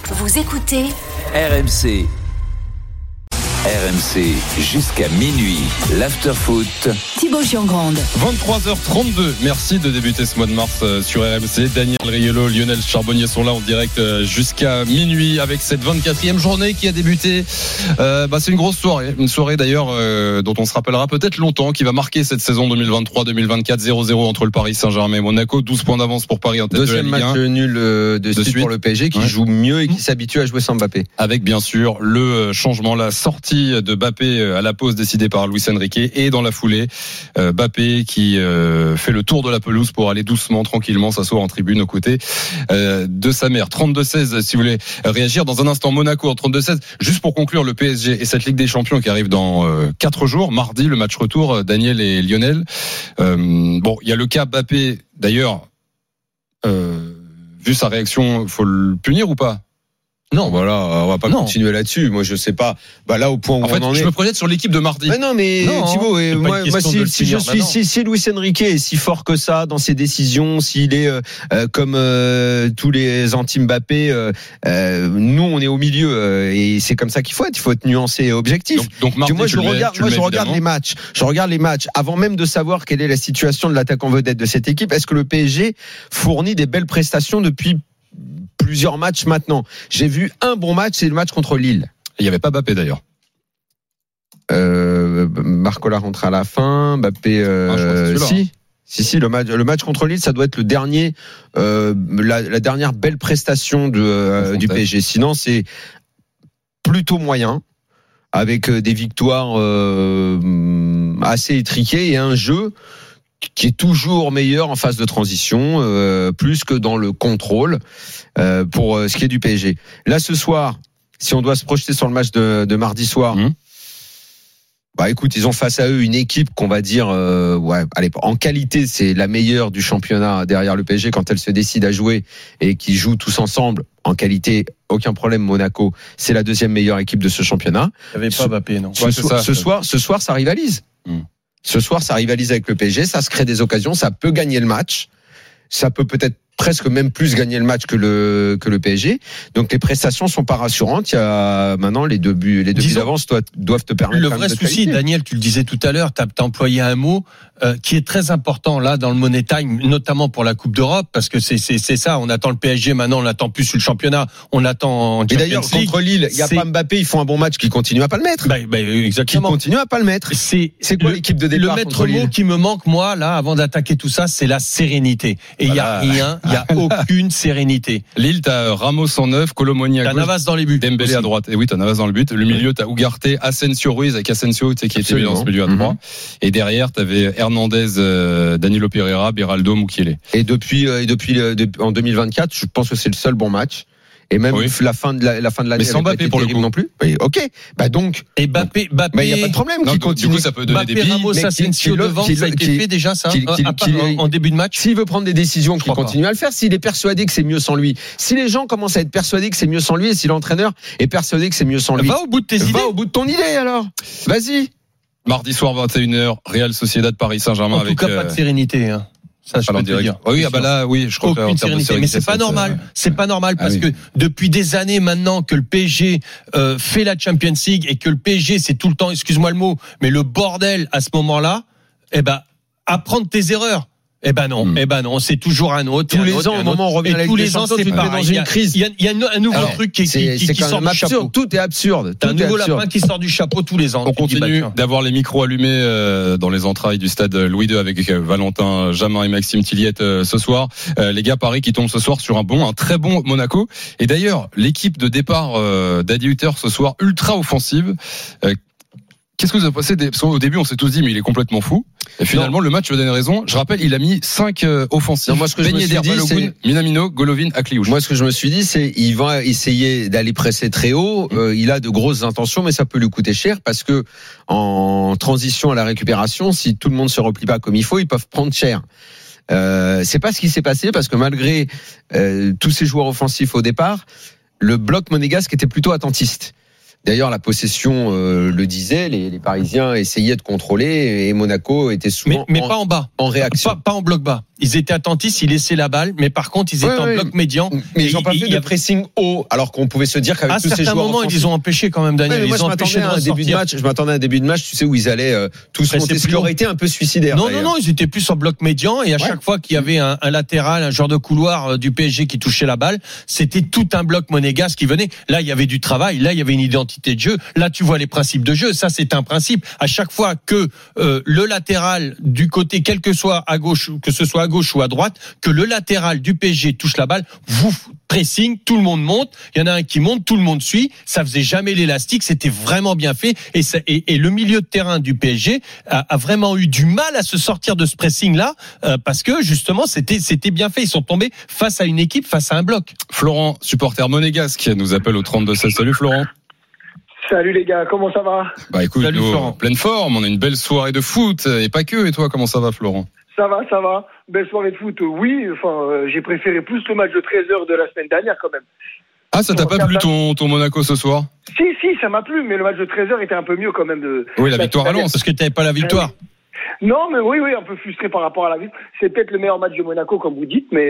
Vous écoutez RMC. RMC jusqu'à minuit. L'afterfoot. Thibaut Giangrande. 23h32. Merci de débuter ce mois de mars sur RMC. Daniel Riolo, Lionel Charbonnier sont là en direct jusqu'à minuit avec cette 24e journée qui a débuté. C'est une grosse soirée. Une soirée d'ailleurs dont on se rappellera peut-être longtemps, qui va marquer cette saison 2023-2024. 0-0 entre le Paris Saint-Germain et Monaco. 12 points d'avance pour Paris en tête Deuxième de la Ligue 1. match nul de suite pour le PSG qui joue mieux et qui s'habitue à jouer sans Mbappé. Avec bien sûr le changement, la sortie de Mbappé à la pause décidée par Luis Enrique, et dans la foulée Mbappé qui fait le tour de la pelouse pour aller doucement, tranquillement s'asseoir en tribune aux côtés de sa mère. 32-16 si vous voulez réagir. Dans un instant, Monaco en 32-16. Juste pour conclure le PSG et cette Ligue des Champions qui arrive dans 4 jours, mardi le match retour, Daniel et Lionel. Il y a le cas Mbappé d'ailleurs, vu sa réaction, faut le punir ou pas? Non, voilà, on va pas continuer là-dessus. Moi, je sais pas. Là, au point où en fait, on en est. Je me projette sur l'équipe de mardi. Mais Thibaut, moi, si Luis Enrique est si fort que ça dans ses décisions, s'il est comme tous les anti-Mbappé, nous, on est au milieu et c'est comme ça qu'il faut être. Il faut être nuancé et objectif. Donc mardi, je regarde les matchs. Je regarde les matchs avant même de savoir quelle est la situation de l'attaquant vedette de cette équipe. Est-ce que le PSG fournit des belles prestations depuis plusieurs matchs maintenant? J'ai vu un bon match, c'est le match contre Lille. Il n'y avait pas Mbappé d'ailleurs. Barcola rentre à la fin. Mbappé, si, le match contre Lille, ça doit être le dernier, la dernière belle prestation du PSG. Sinon, c'est plutôt moyen, avec des victoires assez étriquées et un jeu qui est toujours meilleur en phase de transition, plus que dans le contrôle, pour ce qui est du PSG. Là, ce soir, si on doit se projeter sur le match de mardi soir, écoute, ils ont face à eux une équipe qu'on va dire, en qualité, c'est la meilleure du championnat derrière le PSG quand elle se décide à jouer et qui jouent tous ensemble. En qualité, aucun problème, Monaco, c'est la deuxième meilleure équipe de ce championnat. Il n'y avait pas Mbappé, non? Ce soir, ça rivalise. Ce soir, ça rivalise avec le PSG, ça se crée des occasions, ça peut gagner le match, ça peut peut-être presque même plus gagner le match que le PSG. Donc les prestations sont pas rassurantes. Il y a maintenant les deux buts d'avance doivent te permettre. Le vrai souci, Daniel, tu le disais tout à l'heure, t'as employé un mot qui est très important là dans le Money Time, notamment pour la Coupe d'Europe, parce que c'est ça. On attend le PSG maintenant, on l'attend plus sur le championnat, on attend en Champions League. Et d'ailleurs contre Lille, il y a pas Mbappé, ils font un bon match, qui continue à pas le mettre. Exactement. Qui continue à pas le mettre. C'est quoi l'équipe de départ? Le maître mot qui me manque moi là, avant d'attaquer tout ça, c'est la sérénité. Et il y a rien. Il y a aucune sérénité. Lille, t'as Ramos en 9, Colomoni à gauche, t'as Navas dans les buts, Dembélé à droite. Et oui, t'as Navas dans le but. Le milieu, t'as Ugarte, Asensio Ruiz avec Asensio, qui était mis dans ce milieu à droite. Et derrière, t'avais Hernandez, Danilo Pereira, Beraldo, Mukiele. Et depuis en 2024, je pense que c'est le seul bon match. Et même la fin de l'année, mais sans Mbappé pour le coup non plus. Oui, ok. Donc. Et Mbappé, il y a pas de problème. Qui continue. Du coup, ça peut donner Mbappé, des billes. Ramos, Asensio devant, ça a été fait déjà ça. En début de match. S'il veut prendre des décisions, qu'il continue à le faire. S'il est persuadé que c'est mieux sans lui. Si les gens commencent à être persuadés que c'est mieux sans lui, et si l'entraîneur est persuadé que c'est mieux sans lui. Va au bout de tes idées. Va au bout de ton idée alors. Vas-y. Mardi soir 21h, Real Sociedad Paris Saint-Germain. En tout cas, pas de sérénité. Ça, je peux te dire. Je crois aucune sérénité. Mais c'est pas normal. C'est pas normal parce que depuis des années maintenant que le PSG fait la Champions League et que le PSG c'est tout le temps, excuse-moi le mot, mais le bordel à ce moment-là, apprendre tes erreurs. Non, c'est toujours un autre. Tous les ans, au moment où on revient à la Ligue des Champions, c'est pareil. Dans une crise. Il y a un nouveau truc qui sort du chapeau. Tout est absurde. T'as un nouveau lapin qui sort du chapeau tous les ans. On continue d'avoir les micros allumés dans les entrailles du stade Louis II avec Valentin Jamin et Maxime Tilliette ce soir. Les gars, Paris qui tombe ce soir sur un très bon Monaco. Et d'ailleurs, l'équipe de départ d'Adi Hutter ce soir, ultra offensive. Qu'est-ce que vous avez pensé? Au début, on s'est tous dit, mais il est complètement fou. Et finalement, le match me donne raison. Je rappelle, il a mis 5 offensifs. Moi, ce que je me suis dit, Balogun, Minamino, Golovin, Akliouche. Moi, ce que je me suis dit, c'est il va essayer d'aller presser très haut. Il a de grosses intentions, mais ça peut lui coûter cher parce que en transition à la récupération, si tout le monde se replie pas comme il faut, ils peuvent prendre cher. C'est pas ce qui s'est passé parce que malgré tous ces joueurs offensifs au départ, le bloc monégasque était plutôt attentiste. D'ailleurs, la possession le disait, les Parisiens essayaient de contrôler et Monaco était souvent mais pas en bas, en réaction, pas en bloc bas. Ils étaient attentifs, ils laissaient la balle, mais par contre ils étaient en bloc médian. Mais ils n'ont pas fait de pressing haut, alors qu'on pouvait se dire qu'avec tous ces joueurs. À certains moments, ils les ont empêchés quand même, Daniel. Moi, je m'attendais à un début de match, tu sais, où ils allaient tous monter, ce qui aurait été un peu suicidaire. Non, ils étaient plus en bloc médian et à chaque fois qu'il y avait un latéral, un genre de couloir du PSG qui touchait la balle, c'était tout un bloc monégasque qui venait. Là, il y avait du travail, là, il y avait une identité de jeu. Là, tu vois les principes de jeu. Ça, c'est un principe. À chaque fois que le latéral du côté, quel que soit à gauche, que ce soit à gauche ou à droite, que le latéral du PSG touche la balle, pressing, tout le monde monte. Il y en a un qui monte, tout le monde suit. Ça faisait jamais l'élastique. C'était vraiment bien fait. Et le milieu de terrain du PSG a vraiment eu du mal à se sortir de ce pressing-là parce que justement, c'était bien fait. Ils sont tombés face à une équipe, face à un bloc. Florent, supporter monégasque, nous appelle au 32-16. Salut Florent. Salut les gars, comment ça va ? Bah écoute, salut, nous, Florent. Pleine forme, on a une belle soirée de foot et pas que. Et toi, comment ça va Florent ? Ça va. Belle soirée de foot, oui. Enfin, j'ai préféré plus le match de 13h de la semaine dernière quand même. Ah, ça t'a pas plu ton Monaco ce soir ? Si, ça m'a plu, mais le match de 13h était un peu mieux quand même. Oui, la victoire à Lens. Parce que t'avais pas la victoire. Non, mais oui, un peu frustré par rapport à la vie. C'est peut-être le meilleur match de Monaco, comme vous dites, mais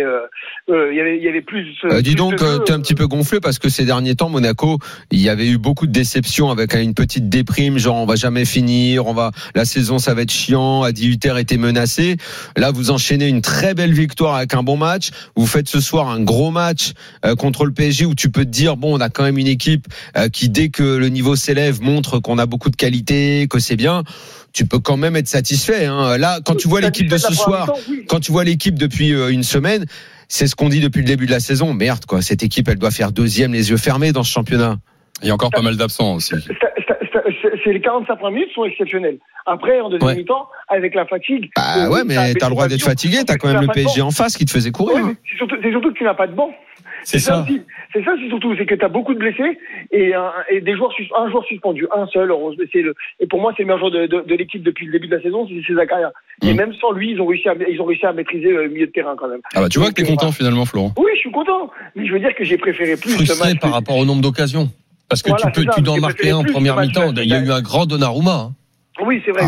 il y avait plus. Dis donc, t'es un petit peu gonflé parce que ces derniers temps, Monaco, il y avait eu beaucoup de déceptions avec une petite déprime, genre on va jamais finir, la saison ça va être chiant, Adi Hutter était menacé. Là, vous enchaînez une très belle victoire avec un bon match. Vous faites ce soir un gros match contre le PSG où tu peux te dire bon, on a quand même une équipe qui dès que le niveau s'élève montre qu'on a beaucoup de qualité, que c'est bien. Tu peux quand même être satisfait. Hein. Là, quand tu vois l'équipe de ce soir, quand tu vois l'équipe depuis une semaine, c'est ce qu'on dit depuis le début de la saison. Merde, quoi. Cette équipe, elle doit faire deuxième, les yeux fermés dans ce championnat. Il y a encore pas mal d'absents aussi. C'est les 45 premières minutes sont exceptionnels. Après, en deuxième mi-temps, avec la fatigue. Bah ouais, mais t'as le droit d'être fatigué. T'as quand même le PSG en face qui te faisait courir. Oui, c'est surtout que tu n'as pas de banc. C'est ça. C'est surtout, c'est que tu as beaucoup de blessés et des joueurs, un joueur suspendu, un seul. Et pour moi, c'est le meilleur joueur de l'équipe depuis le début de la saison, c'est Zakaria. Et même sans lui, ils ont réussi à maîtriser le milieu de terrain quand même. Ah bah tu vois que t'es content finalement, Florent. Oui, je suis content. Mais je veux dire que j'ai préféré plus frustré ce match par rapport au nombre d'occasions. Parce que tu dois en marquer un en première mi-temps. Il y a eu un grand Donnarumma. Oui, c'est vrai.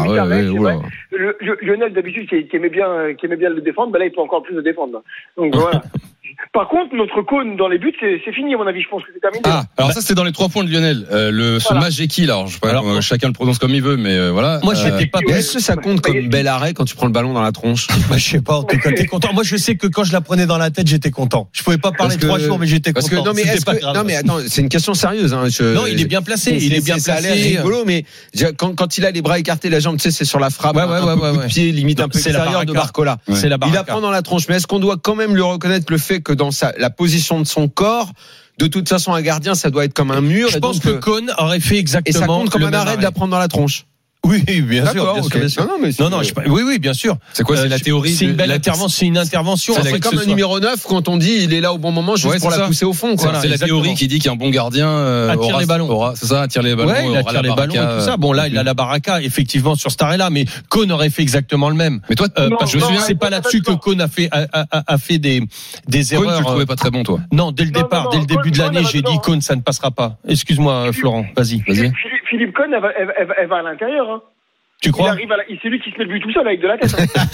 Lionel, d'habitude, qui aimait bien le défendre, là, il peut encore plus le défendre. Donc voilà. Par contre, notre cône dans les buts, c'est fini, à mon avis. Je pense que c'est terminé. Ah, alors ça, c'est dans les 3 points de Lionel. Ce Majeki, là, je sais pas, chacun le prononce comme il veut, mais voilà. Moi, j'étais pas. Est-ce que ça compte comme bel arrêt quand tu prends le ballon dans la tronche? Je sais pas, en tout cas, t'es content. Moi, je sais que quand je la prenais dans la tête, j'étais content. Je pouvais pas parler 3 jours, mais j'étais content. Non, mais attends, c'est une question sérieuse, hein. Non, il est bien placé. Ça a l'air rigolo, mais quand il a les bras écartés, la jambe, tu sais, c'est sur la frappe. Un peu de pied, limite un peu extérieur de Barcola. C'est la Il la prend dans la tronche. Mais est-ce qu'on doit quand même lui reconnaître le fait que dans la position de son corps, de toute façon, un gardien, ça doit être comme un mur. Je pense que Cohn aurait fait exactement. Et ça compte comme un arrêt de la prendre dans la tronche. Oui, bien sûr. Oui, bien sûr. C'est quoi, c'est la théorie? C'est une belle intervention, c'est une intervention. C'est comme un numéro 9 quand on dit il est là au bon moment juste pour la pousser au fond, quoi. C'est la théorie qui dit qu'un bon gardien attire les ballons. C'est ça, attire les ballons. Ouais, il attire les ballons et tout ça. Bon, là, il a la baraka, effectivement, sur cet arrêt-là, mais Cohn aurait fait exactement le même. Mais toi, parce que c'est pas là-dessus que Cohn a fait des erreurs. Cohn, tu le trouvais pas très bon, toi? Non, dès le départ, dès le début de l'année, j'ai dit Cohn, ça ne passera pas. Excuse-moi, Florent. Vas-y. Philippe Cohn, elle va à l'intérieur, Tu crois? C'est lui qui se met le but tout seul avec de la tête.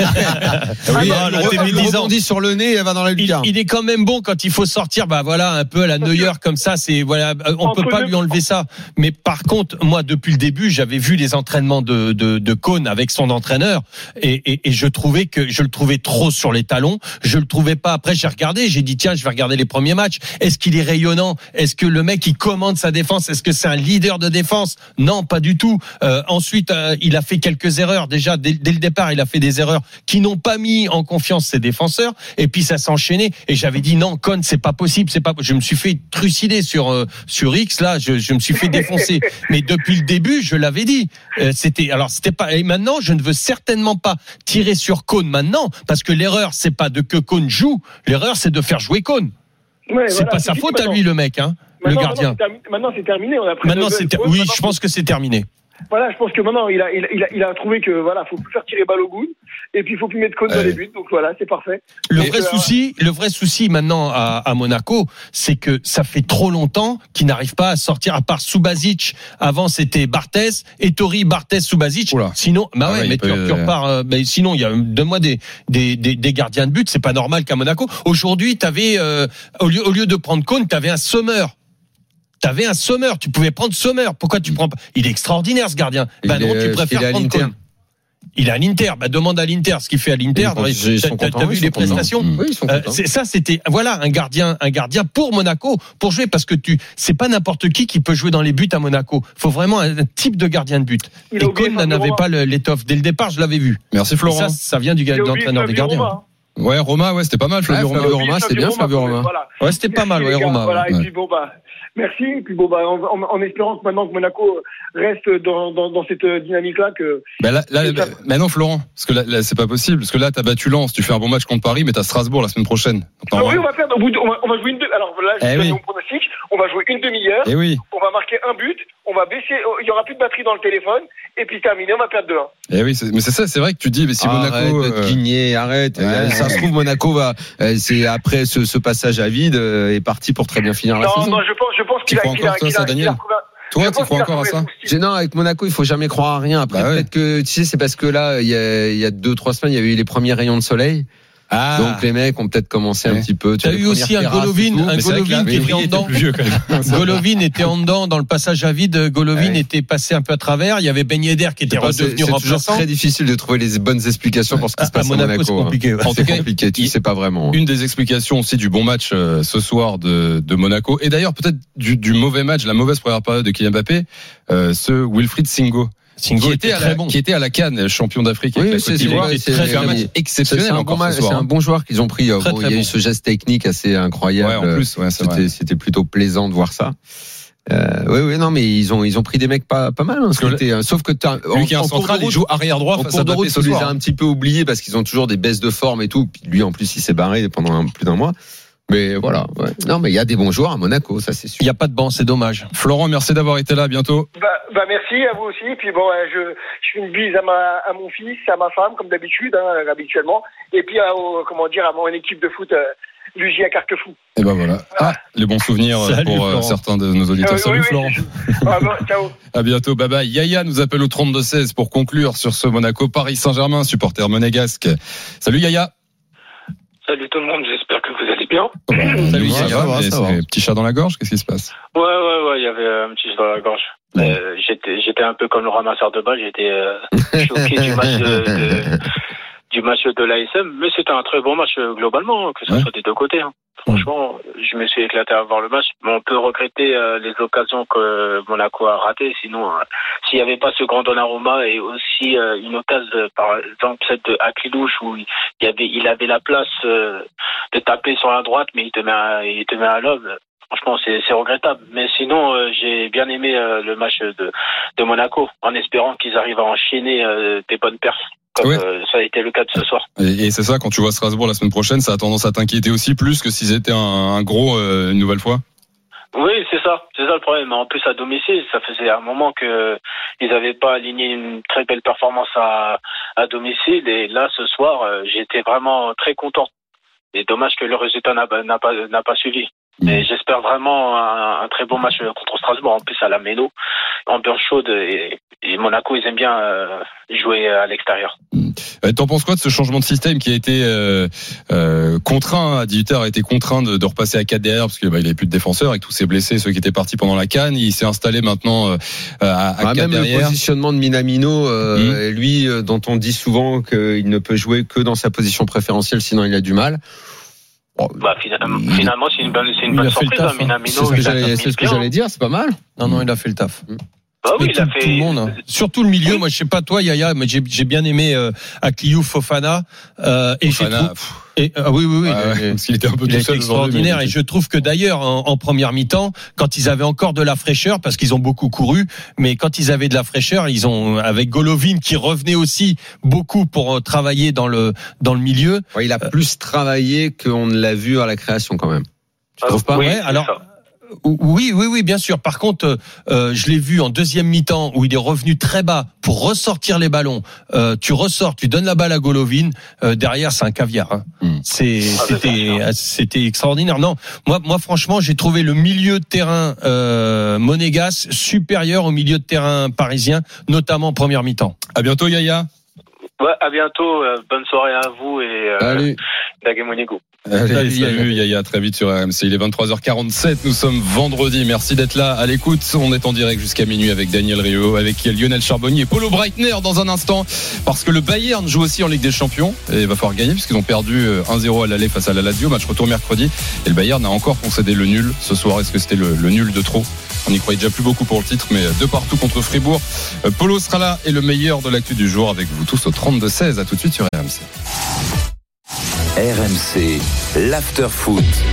Il rebondit sur le nez, elle va dans la lucarne. Il est quand même bon quand il faut sortir, un peu à la Neuer comme ça. On peut pas lui enlever ça. Mais par contre, moi, depuis le début, j'avais vu les entraînements de Cohn avec son entraîneur et je le trouvais trop sur les talons. Je le trouvais pas. Après, j'ai regardé, j'ai dit tiens, je vais regarder les premiers matchs. Est-ce qu'il est rayonnant? Est-ce que le mec il commande sa défense? Est-ce que c'est un leader de défense? Non, pas du tout. Ensuite, il a fait quelques erreurs déjà dès le départ. Il a fait des erreurs qui n'ont pas mis en confiance ses défenseurs. Et puis ça s'est enchaîné. Et j'avais dit non, Cohn, c'est pas possible. Je me suis fait trucider sur X là. Je me suis fait défoncer. Mais depuis le début, je l'avais dit. C'était pas. Et maintenant, je ne veux certainement pas tirer sur Cohn maintenant parce que l'erreur, c'est pas que Cohn joue. L'erreur, c'est de faire jouer Cohn. C'est pas sa faute à lui, le mec, le gardien. Maintenant, c'est terminé. Oui, je pense que c'est terminé. Voilà, je pense que maintenant il a trouvé que faut plus faire tirer balle au bout. Et puis il faut plus mettre Cône dans les buts. Donc voilà, c'est parfait. Le vrai souci maintenant à Monaco, c'est que ça fait trop longtemps qu'ils n'arrivent pas à sortir, à part Subasic. Avant c'était Barthez, Ettori, Barthez, Subasic. Oula. Sinon, tu repars. Mais sinon, il y a donne-moi des gardiens de but. C'est pas normal qu'à Monaco. Aujourd'hui, t'avais au lieu de prendre Cône, t'avais un Sommer. Tu pouvais prendre Sommer. Pourquoi tu prends pas? Il est extraordinaire ce gardien. Tu préfères prendre Cône. Il est à l'Inter. Demande à l'Inter ce qu'il fait à l'Inter. T'as vu les prestations? Oui, ils sont contents. C'était un gardien pour Monaco pour jouer, parce que c'est pas n'importe qui peut jouer dans les buts à Monaco. Faut vraiment un type de gardien de but. Et Cône n'avait pas l'étoffe dès le départ. Je l'avais vu. Merci Florent. Ça vient de l'entraîneur des gardiens. Ouais, Roma, c'était pas mal, Flavio Roma. C'est bien, Flavio Roma. Ouais, c'était pas mal, Roma. Voilà, et puis merci. Et puis en espérant que maintenant que Monaco reste dans cette dynamique-là, que. Non, Florent, parce que là, c'est pas possible, parce que là, t'as battu Lens, tu fais un bon match contre Paris, mais t'as Strasbourg la semaine prochaine. Oui, on va perdre. On va jouer une. Alors là, je donne mon pronostic. On va jouer une demi-heure. Et oui. On va marquer un but. On va baisser. Il y aura plus de batterie dans le téléphone. Et puis terminé, on va perdre 2-1. Et oui, mais c'est ça, c'est vrai que tu dis, mais si Monaco. Arrête. Ça se trouve, Monaco va, c'est après ce passage à vide, est parti pour très bien finir la saison. Non, je pense qu'il a trouvé un. Toi, tu crois encore à ça? Non, avec Monaco, il faut jamais croire à rien. Après, peut-être que, tu sais, c'est parce que là, il y a 2-3 semaines, il y avait eu les premiers rayons de soleil. Donc les mecs ont peut-être commencé un petit peu. T'as eu aussi un Golovin qui était en dedans. Golovin était en dedans dans le passage à vide. Golovin était passé un peu à travers. Il y avait Ben Yedder qui était redevenu remplaçant. C'est toujours très difficile de trouver les bonnes explications pour ce qui se passe à Monaco. C'est compliqué. C'est compliqué. Tu sais pas vraiment. Une des explications aussi du bon match ce soir de Monaco, et d'ailleurs peut-être du mauvais match, la mauvaise première période de Kylian Mbappé, ce Wilfried Singo qui était à la CAN, champion d'Afrique avec la Côte d'Ivoire. C'est un match exceptionnel encore ce soir. C'est un bon joueur qu'ils ont pris. Il y a eu ce geste technique assez incroyable. En plus, c'était plutôt plaisant de voir ça. Non, mais ils ont pris des mecs pas mal. Sauf que lui qui est un central, il joue arrière droit face à Mbappé ce soir. On les a un petit peu oubliés parce qu'ils ont toujours des baisses de forme et tout. Puis lui, en plus, il s'est barré pendant plus d'un mois. Mais voilà. Ouais. Non, mais il y a des bons joueurs à Monaco, ça c'est sûr. Il n'y a pas de banc, c'est dommage. Florent, merci d'avoir été là. À bientôt. Merci à vous aussi. Puis je fais une bise à mon fils, à ma femme, comme d'habitude, habituellement. Et puis à mon équipe de foot, l'UJ à Carquefou. Et voilà. Les bons souvenirs. Salut, pour Florent. Certains de nos auditeurs. Salut Florent. Ciao. À bientôt. Bye bye. Yaya nous appelle au 32-16 pour conclure sur ce Monaco Paris Saint-Germain, supporter monégasque. Salut Yaya. Salut tout le monde, j'espère que vous allez bien. Salut Yaya. Petit chat dans la gorge, qu'est-ce qui se passe? Ouais, il y avait un petit chat dans la gorge. J'étais un peu comme le ramasseur de balles, j'étais choqué du match de l'ASM, mais c'était un très bon match globalement, que ce soit des deux côtés. Franchement, je me suis éclaté à voir le match, mais on peut regretter les occasions que Monaco a ratées. Sinon, s'il n'y avait pas ce grand Donnarumma et aussi une occasion, par exemple celle de Akilouche où il avait la place de taper sur la droite, mais il te met à l'homme. Franchement, c'est regrettable. Mais sinon, j'ai bien aimé le match de Monaco, en espérant qu'ils arrivent à enchaîner des bonnes perfs. Comme ça a été le cas de ce soir. Et c'est ça, quand tu vois Strasbourg la semaine prochaine, ça a tendance à t'inquiéter aussi plus que s'ils étaient un gros une nouvelle fois. Oui, c'est ça le problème. En plus à domicile, ça faisait un moment que ils n'avaient pas aligné une très belle performance à domicile, et là ce soir, j'étais vraiment très content. Et dommage que le résultat n'a pas suivi. Mais j'espère vraiment un très bon match contre Strasbourg. En plus à la Méno, ambiance chaude, et Monaco, ils aiment bien jouer à l'extérieur. T'en penses quoi de ce changement de système qui a été contraint? À 18h a été contraint de repasser à 4 derrière parce qu'il avait plus de défenseurs avec tous ces blessés, ceux qui étaient partis pendant la CAN. Il s'est installé maintenant à 4 même derrière. Le positionnement de Minamino, lui dont on dit souvent qu'il ne peut jouer que dans sa position préférentielle, sinon il a du mal. Finalement, c'est une bonne surprise. Minamino, c'est ce que j'allais dire, c'est pas mal. Non, il a fait le taf. Oui, il a fait tout le monde. Surtout le milieu. Moi, je sais pas toi, Yaya, mais j'ai bien aimé Akliou Fofana. Oui. Parce qu'il était un peu tout seul. Extraordinaire. Et je trouve que d'ailleurs, en première mi-temps, quand ils avaient encore de la fraîcheur, parce qu'ils ont beaucoup couru, mais quand ils avaient de la fraîcheur, ils ont, avec Golovin qui revenait aussi beaucoup pour travailler dans le milieu. Ouais, il a plus travaillé qu'on ne l'a vu à la création quand même. Tu trouves pas? Oui, alors. Oui, bien sûr. Par contre, je l'ai vu en deuxième mi-temps où il est revenu très bas pour ressortir les ballons. Tu ressors, tu donnes la balle à Golovin. Derrière, c'est un caviar. Hein. C'était extraordinaire. Non, moi, franchement, j'ai trouvé le milieu de terrain monégasque supérieur au milieu de terrain parisien, notamment en première mi-temps. À bientôt, Yaya. Ouais, à bientôt. Bonne soirée à vous et Dagemonigo. Salut Yaya, très vite sur RMC. Il est 23h47, nous sommes vendredi. Merci d'être là à l'écoute. On est en direct jusqu'à minuit avec Daniel Rieu, avec Lionel Charbonnier et Polo Breitner dans un instant. Parce que le Bayern joue aussi en Ligue des Champions et il va falloir gagner puisqu'ils ont perdu 1-0 à l'aller face à la Lazio. Match retour mercredi. Et le Bayern a encore concédé le nul ce soir. Est-ce que c'était le nul de trop? On n'y croyait déjà plus beaucoup pour le titre, mais de partout contre Fribourg. Polo sera là et le meilleur de l'actu du jour avec vous tous au 32-16. À tout de suite sur RMC. RMC, l'after foot.